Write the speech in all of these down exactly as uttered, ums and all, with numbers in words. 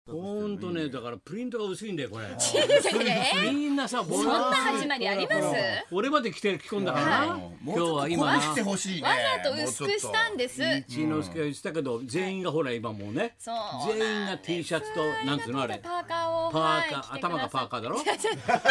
ほんとね、だからプリントが薄いんだよこれ。 えみんなさ、 そんな始まりあります？ 俺まで着て着込んだからな。今日は今な。 わざと薄くしたんです。 一之輔が言ってたけど、全員がほら今もうね、全員が T シャツとなんつうのあれ、 パーカーをパーカー、頭がパーカーだろ。違う違う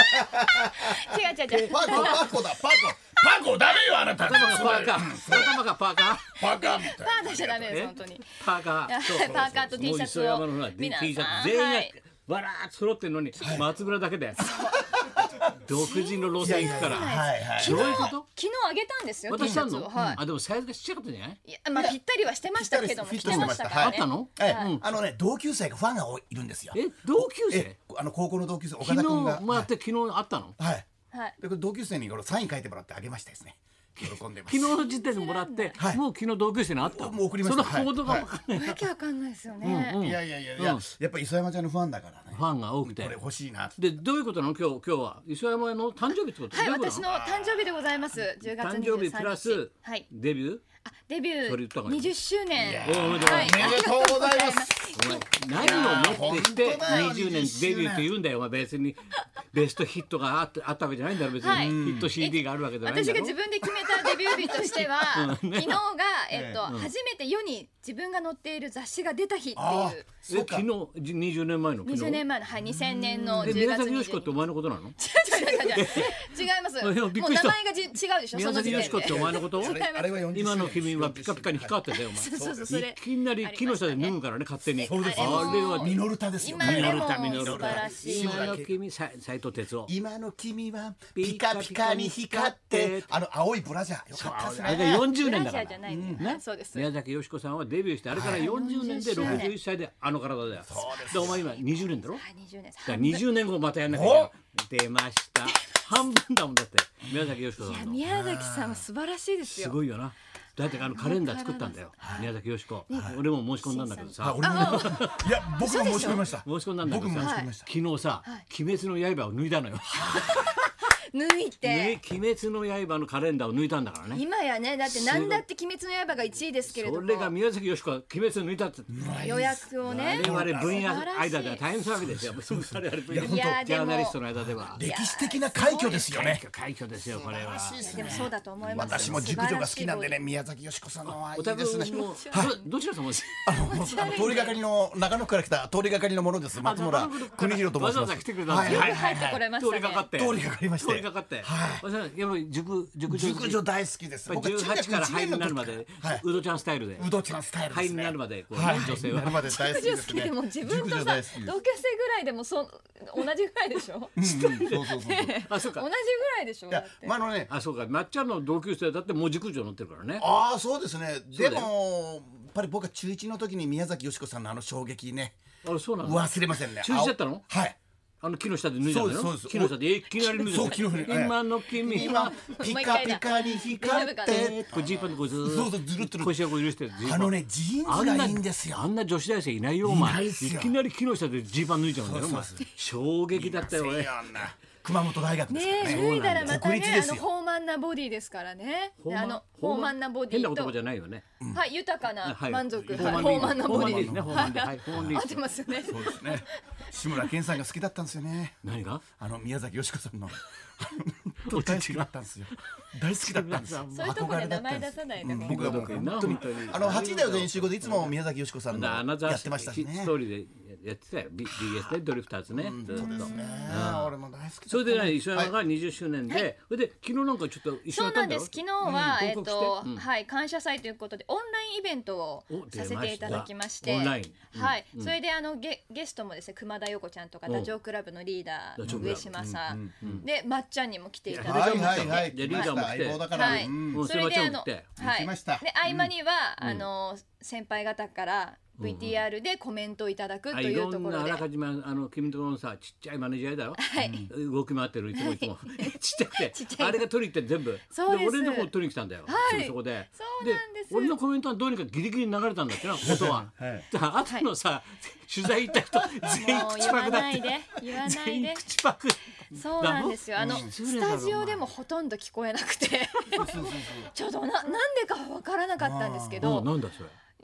違う。 パーコパーコだパーコパーコダメよあなた。 頭がパーカー、頭がパーカー。 パーカーみたいな。 パーカーじゃダメです本当に。 パーカー。 パーカーと T シャツを皆さん T シャツ全員がバラーッと揃ってるのに松村だけで独自の路線行くから。 昨日昨日あげたんですよ。 私したの？あでもサイズがちっちゃかったんじゃない？ いやまあぴったりはしてましたけども着てましたからね。 あったの？ あのね同級生がファンがいるんですよ。 え同級生？ あの高校の同級生岡田君が。 昨日もらって昨日あったの？ はい。で同級生にサイン書いてもらってあげましたですね。喜んでます。 昨日の時点でもらってもう昨日同級生に会った。 もう送りました。 その行動が分かんない。 わけわかんないですよね。 いやいやいやいややっぱ磯山ちゃんのファンだからね。 ファンが多くてこれ欲しいな。 でどういうことなの今日今日は磯山の誕生日ってこと？ はい私の誕生日でございます。じゅうがつにじゅうさんにち。 誕生日プラスデビュー？ あデビューにじゅっしゅうねん。 おめでとうございます。 何をもってしてにじゅうねんデビューって言うんだよ。お前別にベストヒットがあったあったわけじゃないんだろ別に。ヒット シーディー があるわけじゃないんだろ。 私が自分で決めたデビュー日としては昨日がえっと初めて世に自分が載っている雑誌が出た日っていう。 え昨日にじゅうねんまえの？ にじゅうねんまえのはいにせんねんのじゅうがつにじゅうにち。 宮崎美子ってお前のことなの？違う違う違う違う違います。もう名前がじ違うでしょ。 宮崎美子ってお前のこと？今の君はピカピカに光ってたよお前。 そうそうそれ。 いきなり木の下で脱ぐからね勝手に。 そうです。あれはミノルタですよ。 今でもミノルタ素晴らしい。 今の君斉藤哲夫。 今の君はピカピカに光ってあの青いブラジャーよかったですね。 あれがよんじゅうねんだから。 そうです。 宮崎美子さんはデビューしてあれからよんじゅうねんでろくじゅういっさいであの体だよ。でお前今にじゅうねんだろ。 にじゅうねん。 だからにじゅうねんごまたやんなきゃいけない。出ました。半分だもんだって宮崎美子さんの。 宮崎さんは素晴らしいですよ。 すごいよな。だってあのカレンダー作ったんだよ宮崎美子。俺も申し込んだんだけどさ。 いや僕も申し込みました。 申し込んだんだけどさ昨日さ鬼滅の刃を脱いだのよ。 抜いて鬼滅の刃のカレンダーを抜いたんだからね。 今やねだって何だって鬼滅の刃がいちいですけれどもそれが宮崎美子は鬼滅を抜いたって予約をね我々分野間では大変なわけですよ。ジャーナリストの間では歴史的な快挙ですよね。 快挙ですよこれは。 でもそうだと思います。 私も熟女が好きなんでね宮崎美子さんのはいいですね。 どちら様です？ 通りがかりの長野区から来た通りがかりのものです。松村邦弘と申します。 わざわざ来てくれたんですよ。通りがかって通りがかりまして通りがかって。やっぱり熟熟熟女大好きです。 じゅうはちからハイになるまでウドちゃんスタイルでウドちゃんスタイルハイになるまで女性は熟女好きでも自分とさ同級生ぐらいでもそ同じぐらいでしょ。 そうそうそう。 あそうか。 同じぐらいでしょ。 いやまあのねあそうかまっちゃんの同級生だってもう熟女乗ってるからね。 ああそうですね。でもやっぱり僕は中いちの時に宮崎美子さんのあの衝撃ね忘れませんね。 中いちだったの？ はい。 あの木の下で脱いだのよ。木の下でいきなり脱いだ。 そう木の下で。 今の君はピカピカに光って。 これジーパンでこうずーっと腰をこう許してる。 あのねジーンズがいいんですよ。 あんな女子大生いないよお前。いきなり木の下でジーパン脱いじゃうんだよお前。衝撃だったよ俺。 熊本大学ですからね。 脱いだらまたねあの豊満なボディですからね。あの豊満なボディと変な男じゃないよね。 はい豊かな満足豊満なボディですね。合ってますよね。 そうですね。志村けんさんが好きだったんですよね。 何が？ あの宮崎美子さんの大好きだったんですよ。大好きだったんですよ。 そういうところで名前出さないで。 僕は僕本当にあのはちじだよ全員集合でいつも宮崎美子さんのやってましたしね。 ストーリーでやってたよ ビーエス ねドリフターズね。 そうですね。俺も大好き。 それでね磯山がにじゅっしゅうねんでそれで昨日なんかちょっと一緒にやったんだろ。 そうなんです。昨日はえっとはい感謝祭ということでオンラインイベントをさせていただきましてはいそれであのゲゲストもですね熊田曜子ちゃんとかダチョウ卍クラブのリーダー上島さんでまっちゃんにも来ていただいてはいはいリーダーも来てはいそれであのはいました。 で合間にはあの先輩方からブイティーアール でコメントをいただくというところで、 あらかじめあの君とこのさちっちゃいマネージャーだろ、はい、動き回ってるいつもいつもちっちゃくてあれが取りに行って全部で俺のとこ取りに来たんだよ、 はい、 そこでそうなんです。 俺のコメントはどうにかギリギリ流れたんだってなことは、はい、だから後のさ、はい、取材行った人全員口パクだって言わないで全員口パクそうなんですよ。あのスタジオでもほとんど聞こえなくてちょっとななんでかわからなかったんですけど、 なんだそれ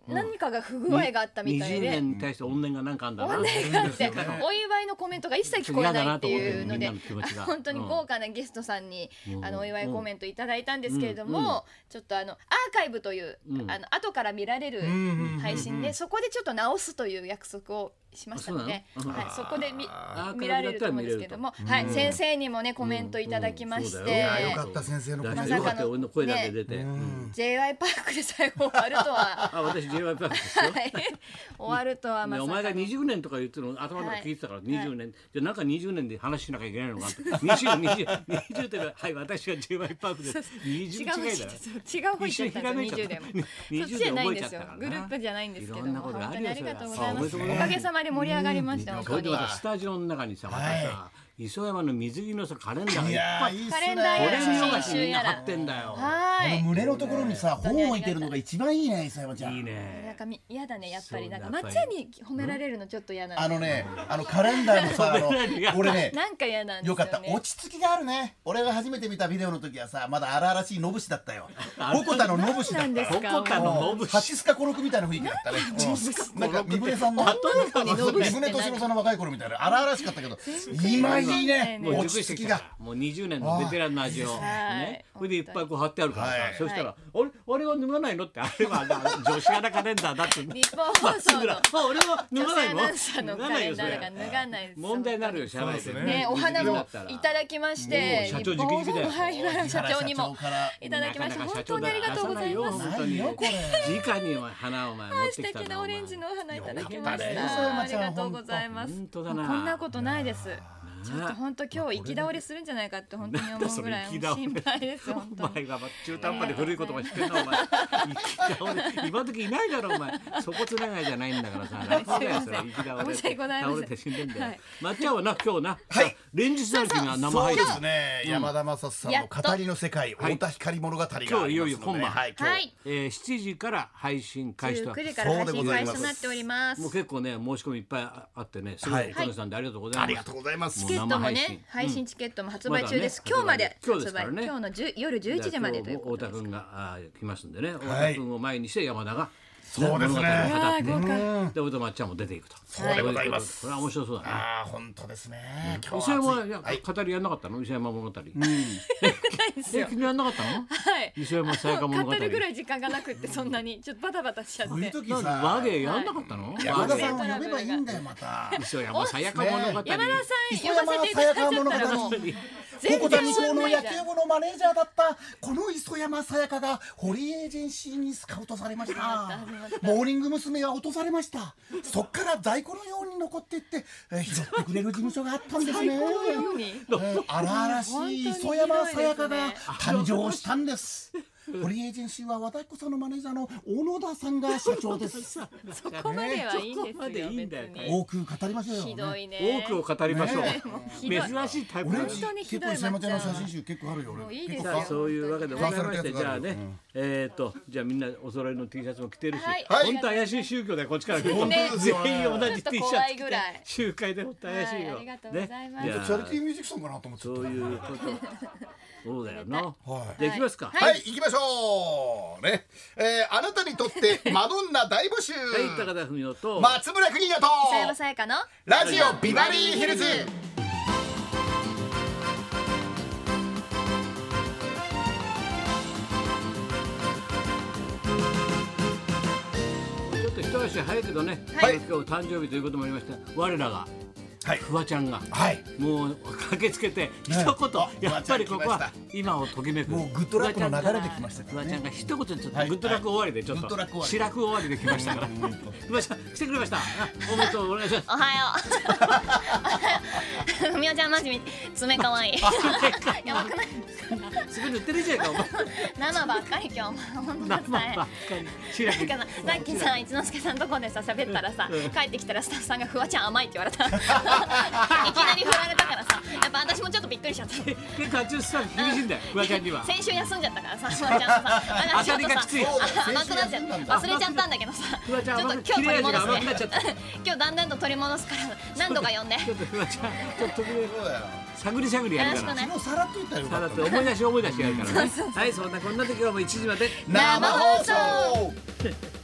何かが不具合があったみたいで、 にじゅうねんに対して怨念が何かあんだな。 怨念があってお祝いのコメントが一切聞こえないっていうので、本当に豪華なゲストさんにあのお祝いコメントいただいたんですけれども、ちょっとあのアーカイブというあの後から見られる配信で、そこでちょっと直すという約束をしましたので、はい、そこで見見られると思うんですけども、はい、先生にもねコメントいただきまして、 よかった先生のまさかのね ジェイワイ パークで最後終わるとは、 あ、私 ジェイワイ パークですよ。 終わるとはまさかの。 お前がにじゅうねんとか言ってるの頭の中聞いてたからにじゅうねん、じゃなんかにじゅうねんで話しなきゃいけないのかにじゅう、にじゅう、にじゅうってはい私は ジェイワイ パークです。にじゅう違いだよ。 違う方行っちゃったんですよ。にじゅうでも。そっちじゃないんですよ。グループじゃないんですけども、本当にありがとうございます。おかげさまで盛り上がりました。 それでまたスタジオの中にさ、またさ磯山の水着のさカレンダーがいっぱい、 カレンダーやら新集やら貼ってんだよ。 はい。胸のところにさ本置いてるのが一番いいね、磯山ちゃん。 いいね。 なんか嫌だね、やっぱりなんかまっちゃんに褒められるのちょっと嫌な。 あのね、あのカレンダーのさ、あの俺ね、 なんか嫌なんですよね。 よかった、落ち着きがあるね。俺が初めて見たビデオの時はさ、まだ荒々しい野節だったよ。鉾田の野節だった。 鉾田の野節。 ハチスカコロクみたいな雰囲気だったね。なんか三船さんの三船敏郎さんの若い頃みたいな荒々しかったけど、今いいね。 落ち着きがもうにじゅうねんのベテランの味をね、それでいっぱいこう貼ってあるからさ、そしたらあれあれは脱がないのって、あれは女子型カレンダーだって。 日本放送のあれは脱がないの？ 女性アナウンサーのカレンダーだから脱がないです。 問題になるよ、社内でね。お花もいただきまして、 社長直々だよ。 はい、社長にもいただきました。本当にありがとうございます。 本当に直に花をお前持ってきたの。 素敵なオレンジのお花いただきました。 ありがとうございます。 本当だな。 こんなことないです。ちょっと本当今日行き倒れするんじゃないかって本当に思うぐらい心配です本当に。 お前が中途半端で古い言葉知ってんなお前。行き倒れ今時いないだろお前。粗骨長いじゃないんだからさ。何だよそれ行き倒れ。倒れて死んでんだよ。まっちゃんはな今日な。はい。連日なんが生配信。 そうですね。山田雅史さんの語りの世界太田光物語が今日いよいよ今晩。 はい。 しちじから配信開始と。 じゅうくじから配信開始となっております。 もう結構ね申し込みいっぱいあってね。すごい小野さんでありがとうございます。 ありがとうございます。 チケットもね。配信チケットも発売中です。今日まで発売。今日の夜じゅういちじまでということです。 太田君が来ますんでね。太田君を前にして山田がそうですね。 語ってで太田まっちゃんも出ていくと。 そうでございます。 これは面白そうだね。 ああ本当ですね。 磯山は語りやんなかったの？磯山物語。うん。え君やんなかったの？ はい。 磯山さやか物語。 語るぐらい時間がなくってそんなにちょっとバタバタしちゃって。 和芸やんなかったの？ 山田さんを呼べばいいんだよまた。 磯山さやか物語。 山田さん呼ばせていただいちゃったらもう。 鉾田二高の野球部のマネージャーだったこの磯山さやかが堀エージェンシーにスカウトされました。モーニング娘。は落とされました。そっから在庫のように残っていって、えー、拾ってくれる事務所があったんですね。荒々しい磯山さやかが誕生したんです。堀エージェンシーは和田彦さんのマネージャーの小野田さんが社長です。 そこまではいいんですよ。別に多く語りましょうよ。 ひどいね。 多くを語りましょう。珍しいタイプ。 俺結構磯山ちゃんの写真集結構あるよ。俺。 さあそういうわけでございましてじゃあね、えっとじゃあみんなお揃いの T シャツも着てるし、本当怪しい宗教でこっちから来ると全員同じ T シャツ着て集会で本当怪しいよ。 ありがとうございます。 チャリティーミュージックソンかなと思って。 そういうこと。そうだよな。じゃあ行きますか。 はい行きましょうね。あなたにとってマドンナ大募集。 はい高田文夫と松村邦洋と磯山さやかのラジオビバリーヒルズ。 ちょっと一足早いけどね、今日誕生日ということもありまして我らがフワちゃんがもう駆けつけて一言やっぱりここは今をときめくもうグッドラックの流れできましたからね。 フワちゃんが一言ちょっとグッドラック終わりでちょっと白楽終わりできましたからフワちゃん来てくれました。おめでとうお願いします。 おはよう。ふみおちゃんマジ爪かわいい。やばくない？ すぐ塗ってるじゃんかお前。 生ばっかり今日本当だったね。 さっきさ一之輔さんとこでさ喋ったらさ帰ってきたらスタッフさんがフワちゃん甘いって言われた。いきなり振られたからさ、やっぱ私もちょっとびっくりしちゃった。 結構あっちのスタッフ厳しいんだよ、フワちゃんには。 先週休んじゃったからさ、フワちゃんとさ、 当たりがきつい。 甘くなっちゃって、忘れちゃったんだけどさ、ちょっと今日取り戻すね。今日だんだんと取り戻すから何度か呼んで。 ちょっとフワちゃん、ちょっと探り探りやるから。 もうさらっと言ったよ。 さらっと思い出し思い出しやるからね。はい、そんなこんなで今日もいちじまで生放送。